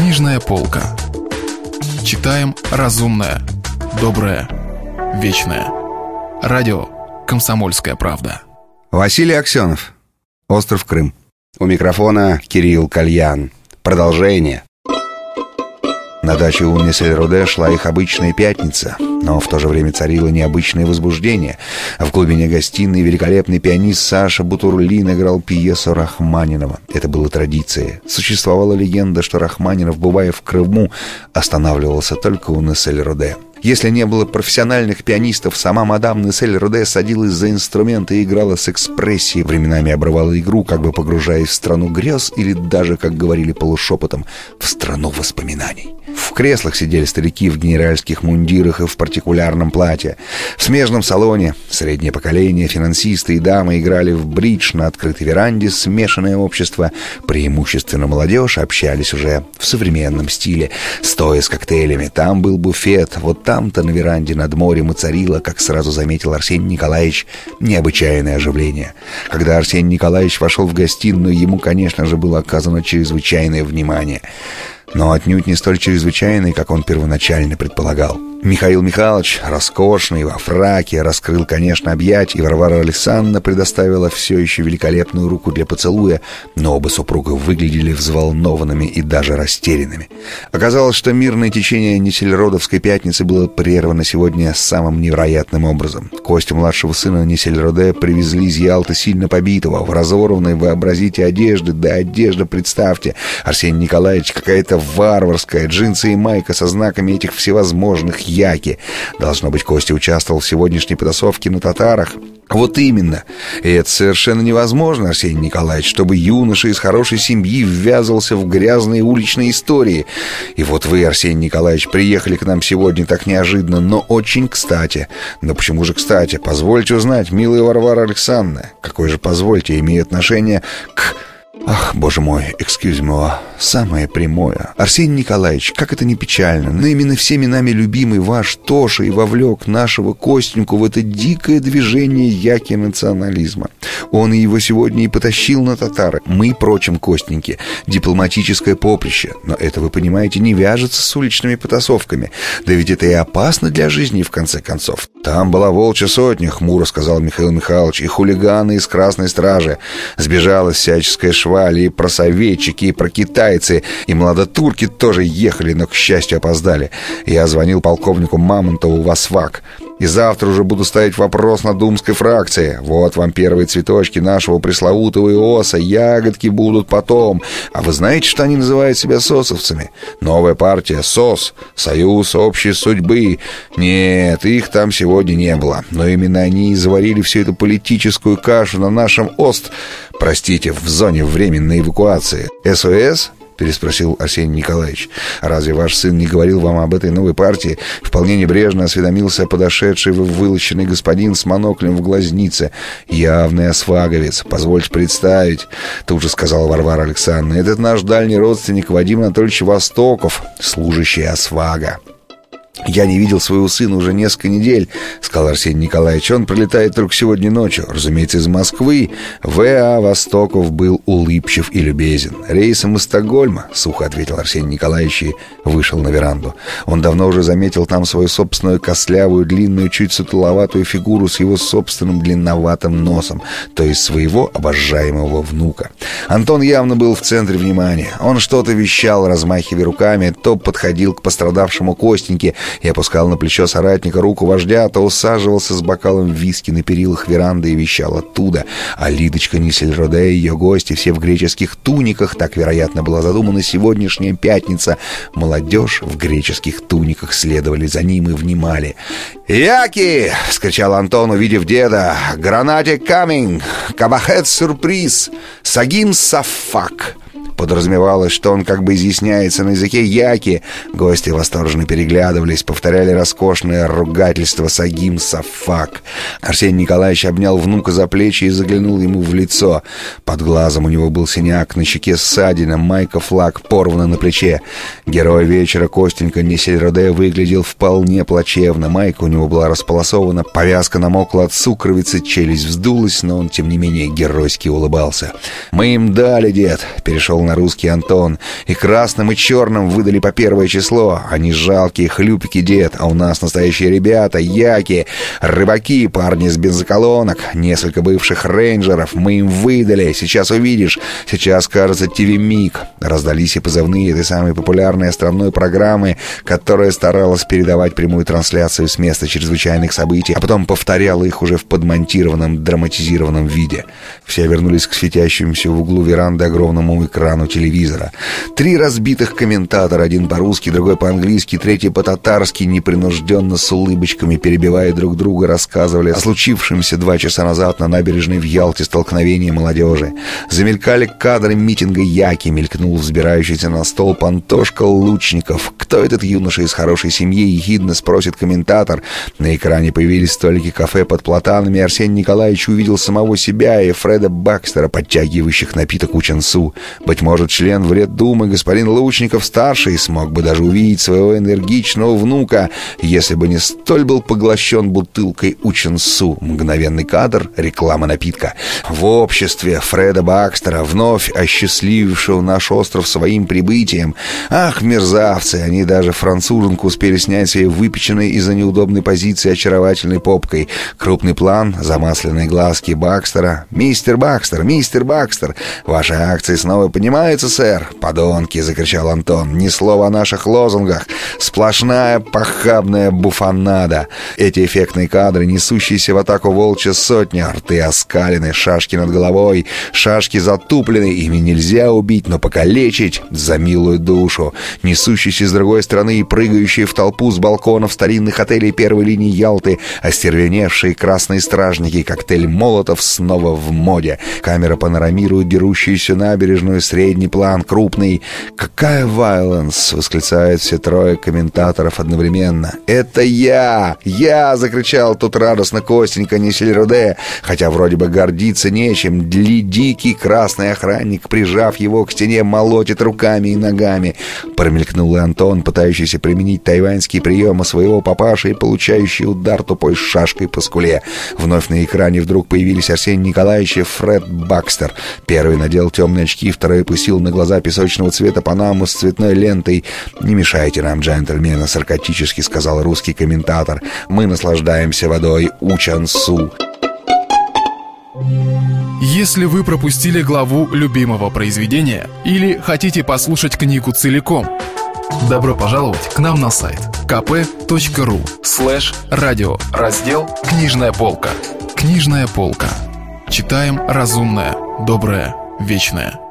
Книжная полка. Читаем разумное, доброе, вечное. Радио «Комсомольская правда». Василий Аксенов. Остров Крым. У микрофона Кирилл Кальян. Продолжение. На даче у Несельроде шла их обычная пятница, но в то же время царило необычное возбуждение. В глубине гостиной великолепный пианист Саша Бутурлин играл пьесу Рахманинова. Это было традицией. Существовала легенда, что Рахманинов, бывая в Крыму, останавливался только у Несельроде. Если не было профессиональных пианистов, сама мадам Несельроде садилась за инструмент и играла с экспрессией, временами обрывала игру, как бы погружаясь в страну грез или даже, как говорили полушепотом, в страну воспоминаний. В креслах сидели старики в генеральских мундирах и в партикулярном платье. В смежном салоне среднее поколение, финансисты и дамы играли в бридж на открытой веранде. Смешанное общество, преимущественно молодежь, общались уже в современном стиле, стоя с коктейлями. Там был буфет, вот там-то на веранде над морем и царило, как сразу заметил Арсений Николаевич, необычайное оживление. Когда Арсений Николаевич вошел в гостиную, ему, конечно же, было оказано чрезвычайное внимание. Но отнюдь не столь чрезвычайный, как он первоначально предполагал. Михаил Михайлович, роскошный, во фраке, раскрыл, конечно, объятия, и Варвара Александровна предоставила все еще великолепную руку для поцелуя, но оба супруга выглядели взволнованными и даже растерянными. Оказалось, что мирное течение Несельродовской пятницы было прервано сегодня самым невероятным образом. Костю, младшего сына Несельроде, привезли из Ялты сильно побитого, в разорванной, вообразите, одежды, да одежда, представьте, Арсений Николаевич, какая-то варварская, джинсы и майка со знаками этих всевозможных яки. Должно быть, Костя участвовал в сегодняшней потасовке на татарах. Вот именно. И это совершенно невозможно, Арсений Николаевич, чтобы юноша из хорошей семьи ввязывался в грязные уличные истории. И вот вы, Арсений Николаевич, приехали к нам сегодня так неожиданно, но очень кстати. Но почему же кстати? Позвольте узнать, милая Варвара Александровна. Какое же, позвольте, имеет отношение к... Ах, боже мой, excuse-moi, самое прямое. Арсений Николаевич, как это не печально, но именно всеми нами любимый ваш Тоша и вовлек нашего Костеньку в это дикое движение яки национализма. Он и его сегодня и потащил на татары. Мы прочим, Костеньке, дипломатическое поприще. Но это, вы понимаете, не вяжется с уличными потасовками. Да ведь это и опасно для жизни, в конце концов. Там была волчья сотня, хмуро сказал Михаил Михайлович, и хулиганы из Красной Стражи. Сбежалась всяческая шваль, и просоветчики, и прокитайцы, и младотурки тоже ехали, но, к счастью, опоздали. Я звонил полковнику Мамонтову в Асфак. И завтра уже буду ставить вопрос на думской фракции. Вот вам первые цветочки нашего пресловутого ИОСа. Ягодки будут потом. А вы знаете, что они называют себя сосовцами? Новая партия СОС. Союз общей судьбы. Нет, их там сегодня не было. Но именно они и заварили всю эту политическую кашу на нашем простите, в зоне временной эвакуации. СОС? Переспросил Арсений Николаевич. Разве ваш сын не говорил вам об этой новой партии? Вполне небрежно осведомился подошедший вылощенный господин с моноклем в глазнице. Явный осфаговец. Позвольте представить, тут же сказала Варвара Александровна. Этот наш дальний родственник Вадим Анатольевич Востоков, служащий осфага. «Я не видел своего сына уже несколько недель», — сказал Арсений Николаевич. «Он прилетает только сегодня ночью, разумеется, из Москвы». В.А. Востоков был улыбчив и любезен. «Рейсом из Стокгольма», — сухо ответил Арсений Николаевич и вышел на веранду. Он давно уже заметил там свою собственную костлявую, длинную, чуть сутуловатую фигуру с его собственным длинноватым носом, то есть своего обожаемого внука. Антон явно был в центре внимания. Он что-то вещал, размахивая руками, то подходил к пострадавшему Костеньке и опускал на плечо соратника руку вождя, то усаживался с бокалом виски на перилах веранды и вещал оттуда. А Лидочка Несельроде и ее гости, все в греческих туниках, так, вероятно, была задумана сегодняшняя пятница. Молодежь в греческих туниках следовали за ним и внимали. «Яки!» — вскричал Антон, увидев деда. «Гранате каминг! Кабахет сюрприз! Сагим сафак!» Подразумевалось, что он как бы изъясняется на языке яки. Гости восторженно переглядывались, повторяли роскошное ругательство «Сагим Сафак». Арсений Николаевич обнял внука за плечи и заглянул ему в лицо. Под глазом у него был синяк, на щеке ссадина, майка-флаг порвана на плече. Герой вечера Костенька Несельроде выглядел вполне плачевно. Майка у него была располосована, повязка намокла от сукровицы, челюсть вздулась, но он, тем не менее, геройски улыбался. «Мы им дали, дед», — перешел на на русский Антон. И красным, и черным выдали по первое число. Они жалкие хлюпики, дед, а у нас настоящие ребята, яки, рыбаки, парни с бензоколонок, несколько бывших рейнджеров. Мы им выдали. Сейчас увидишь. Сейчас, кажется, ТВ-миг. Раздались и позывные этой самой популярной островной программы, которая старалась передавать прямую трансляцию с места чрезвычайных событий, а потом повторяла их уже в подмонтированном, драматизированном виде. Все вернулись к светящемуся в углу веранды огромному экрану телевизора. 3 разбитых комментатора, один по-русски, другой по-английски, третий по-татарски, непринужденно с улыбочками, перебивая друг друга, рассказывали о случившемся 2 часа назад на набережной в Ялте столкновении молодежи. Замелькали кадры митинга яки, мелькнул взбирающийся на столб Антошка Лучников. Кто этот юноша из хорошей семьи, ехидно спросит комментатор. На экране появились столики кафе под платанами, и Арсений Николаевич увидел самого себя и Фреда Бакстера, подтягивающих напиток Ученсу. Быть может, член Вреддумы господин Лучников-старший смог бы даже увидеть своего энергичного внука, если бы не столь был поглощен бутылкой Ученсу. Мгновенный кадр, реклама напитка. В обществе Фреда Бакстера, вновь осчастливившего наш остров своим прибытием. Ах, мерзавцы, они даже француженку успели снять себе выпеченной из-за неудобной позиции очаровательной попкой. Крупный план, замасленные глазки Бакстера. «Мистер Бакстер, мистер Бакстер, ваши акции снова поднимаются, сэр?» «Подонки!» — закричал Антон. «Ни слова о наших лозунгах. Сплошная похабная буфонада». Эти эффектные кадры, несущиеся в атаку волчья сотня, рты оскалены, шашки над головой, шашки затуплены, ими нельзя убить, но покалечить за милую душу. Несущиеся с другой стороны и прыгающие в толпу с балконов старинных отелей первой линии Ялты, остервеневшие красные стражники, коктейль «Молотов» снова в моде. Камера панорамирует дерущуюся набережную, средний план, крупный. «Какая вайленс!» — восклицают все 3 комментаторов одновременно. «Это я! Я!» — закричал тут радостно Костенька Несельроде, хотя вроде бы гордиться нечем. Дикий красный охранник, прижав его к стене, молотит руками и ногами. Промелькнул и Антон, пытающийся применить тайваньские приемы своего папаши и получающий удар тупой шашкой по скуле. Вновь на экране вдруг появились Арсений Николаевич и Фред Бакстер. Первый надел темные очки, второй пустил на глаза песочного цвета панаму с цветной лентой. «Не мешайте нам, джентльмены», — саркастически сказал русский комментатор. «Мы наслаждаемся водой Ученсу». Если вы пропустили главу любимого произведения или хотите послушать книгу целиком, добро пожаловать к нам на сайт kp.ru/радио, раздел «Книжная полка». Книжная полка. Читаем разумное, доброе, вечное.